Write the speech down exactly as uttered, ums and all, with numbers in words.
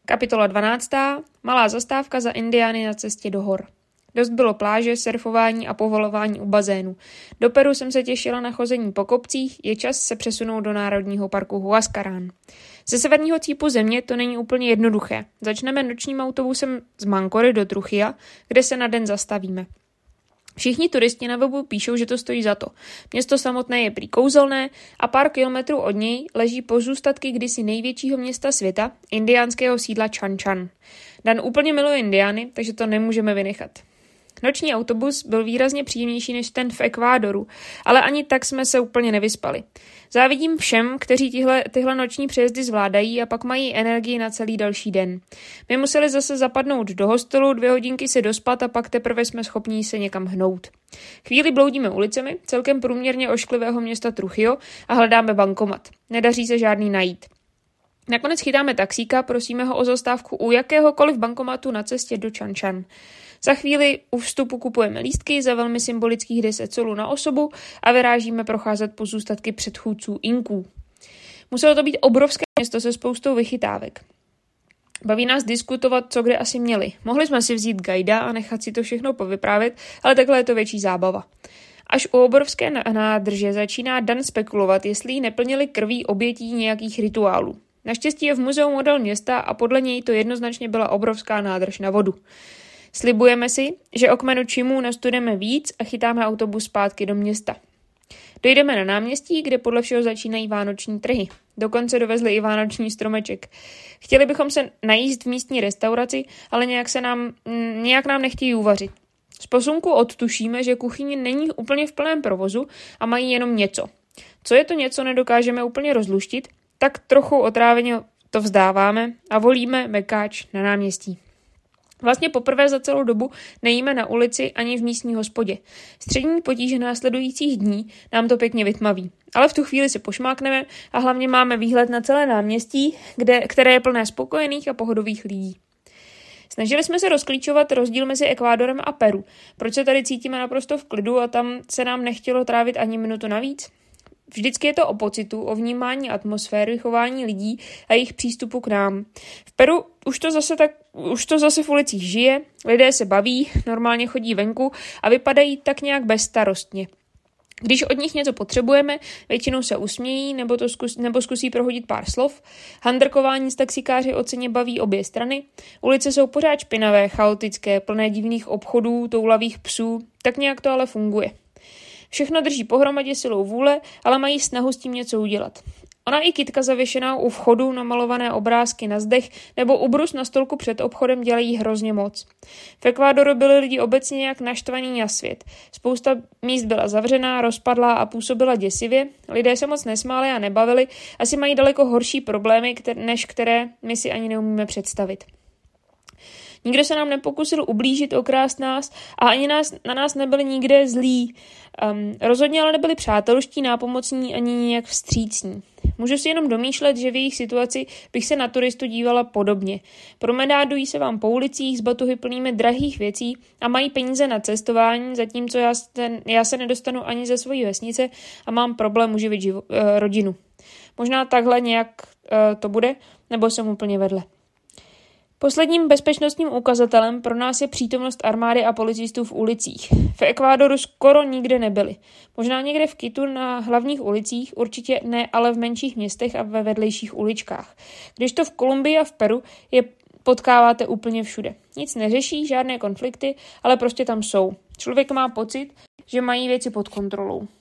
Kapitola dvanáctá. Malá zastávka za Indiány na cestě do hor. Dost bylo pláže, surfování a povolování u bazénu. Do Peru jsem se těšila na chození po kopcích, je čas se přesunout do národního parku Huascarán. Ze severního cípu země to není úplně jednoduché. Začneme nočním autobusem z Mancory do Trujillo, kde se na den zastavíme. Všichni turisti na webu píšou, že to stojí za to. Město samotné je prý kouzelné a pár kilometrů od něj leží pozůstatky kdysi největšího města světa, indiánského sídla Chan Chan. Dan úplně miluje Indiány, takže to nemůžeme vynechat. Noční autobus byl výrazně příjemnější než ten v Ekvádoru, ale ani tak jsme se úplně nevyspali. Závidím všem, kteří tyhle, tyhle noční přejezdy zvládají a pak mají energii na celý další den. My museli zase zapadnout do hostelu, dvě hodinky se dospat a pak teprve jsme schopní se někam hnout. Chvíli bloudíme ulicemi, celkem průměrně ošklivého města Trujillo a hledáme bankomat. Nedaří se žádný najít. Nakonec chytáme taxíka, prosíme ho o zastávku u jakéhokoliv bankomatu na cestě do Chan Chan. Za chvíli u vstupu kupujeme lístky za velmi symbolických deset solů na osobu a vyrážíme procházet pozůstatky předchůdců Inků. Muselo to být obrovské město se spoustou vychytávek. Baví nás diskutovat, co kde asi měli. Mohli jsme si vzít guida a nechat si to všechno povyprávět, ale takhle je to větší zábava. Až u obrovské nádrže začíná Dan spekulovat, jestli jí neplnili krví obětí nějakých rituálů. Naštěstí je v muzeu model města a podle něj to jednoznačně byla obrovská nádrž na vodu. Slibujeme si, že o kmenu Čimů nastudeme víc a chytáme autobus zpátky do města. Dojdeme na náměstí, kde podle všeho začínají vánoční trhy. Dokonce dovezli i vánoční stromeček. Chtěli bychom se najíst v místní restauraci, ale nějak, se nám, nějak nám nechtějí uvařit. Z posunku odtušíme, že kuchyně není úplně v plném provozu a mají jenom něco. Co je to něco, nedokážeme úplně rozluštit, tak trochu otráveně to vzdáváme a volíme mekáč na náměstí. Vlastně poprvé za celou dobu nejíme na ulici ani v místní hospodě. Střední potíže následujících dní nám to pěkně vytmaví. Ale v tu chvíli si pošmákneme a hlavně máme výhled na celé náměstí, kde, které je plné spokojených a pohodových lidí. Snažili jsme se rozklíčovat rozdíl mezi Ekvádorem a Peru. Proč se tady cítíme naprosto v klidu a tam se nám nechtělo trávit ani minutu navíc? Vždycky je to o pocitu, o vnímání atmosféry, chování lidí a jejich přístupu k nám. V Peru už to zase tak, už to zase v ulicích žije, lidé se baví, normálně chodí venku a vypadají tak nějak bezstarostně. Když od nich něco potřebujeme, většinou se usmějí nebo, to zkus, nebo zkusí prohodit pár slov. Handrkování s taxikáři o ceně baví obě strany. Ulice jsou pořád špinavé, chaotické, plné divných obchodů, toulavých psů, tak nějak to ale funguje. Všechno drží pohromadě silou vůle, ale mají snahu s tím něco udělat. Ona i kytka zavěšená u vchodu, namalované obrázky na zdech nebo ubrus na stolku před obchodem dělají hrozně moc. V Ekvádoru byli lidi obecně nějak naštvaní na svět. Spousta míst byla zavřená, rozpadlá a působila děsivě. Lidé se moc nesmáli a nebavili, asi mají daleko horší problémy, než které my si ani neumíme představit. Nikdo se nám nepokusil ublížit, okrást nás a ani nás, na nás nebyli nikde zlí. Um, rozhodně ale nebyli přátelští, nápomocní ani nějak vstřícní. Můžu si jenom domýšlet, že v jejich situaci bych se na turistu dívala podobně. Promenádují se vám po ulicích s batohy plnými drahých věcí a mají peníze na cestování, zatímco já, ten, já se nedostanu ani ze svojí vesnice a mám problém uživit živo, uh, rodinu. Možná takhle nějak uh, to bude, nebo jsem úplně vedle. Posledním bezpečnostním ukazatelem pro nás je přítomnost armády a policistů v ulicích. V Ekvádoru skoro nikde nebyli. Možná někde v Kitu na hlavních ulicích, určitě ne, ale v menších městech a ve vedlejších uličkách. Když to v Kolumbii a v Peru je potkáváte úplně všude. Nic neřeší, žádné konflikty, ale prostě tam jsou. Člověk má pocit, že mají věci pod kontrolou.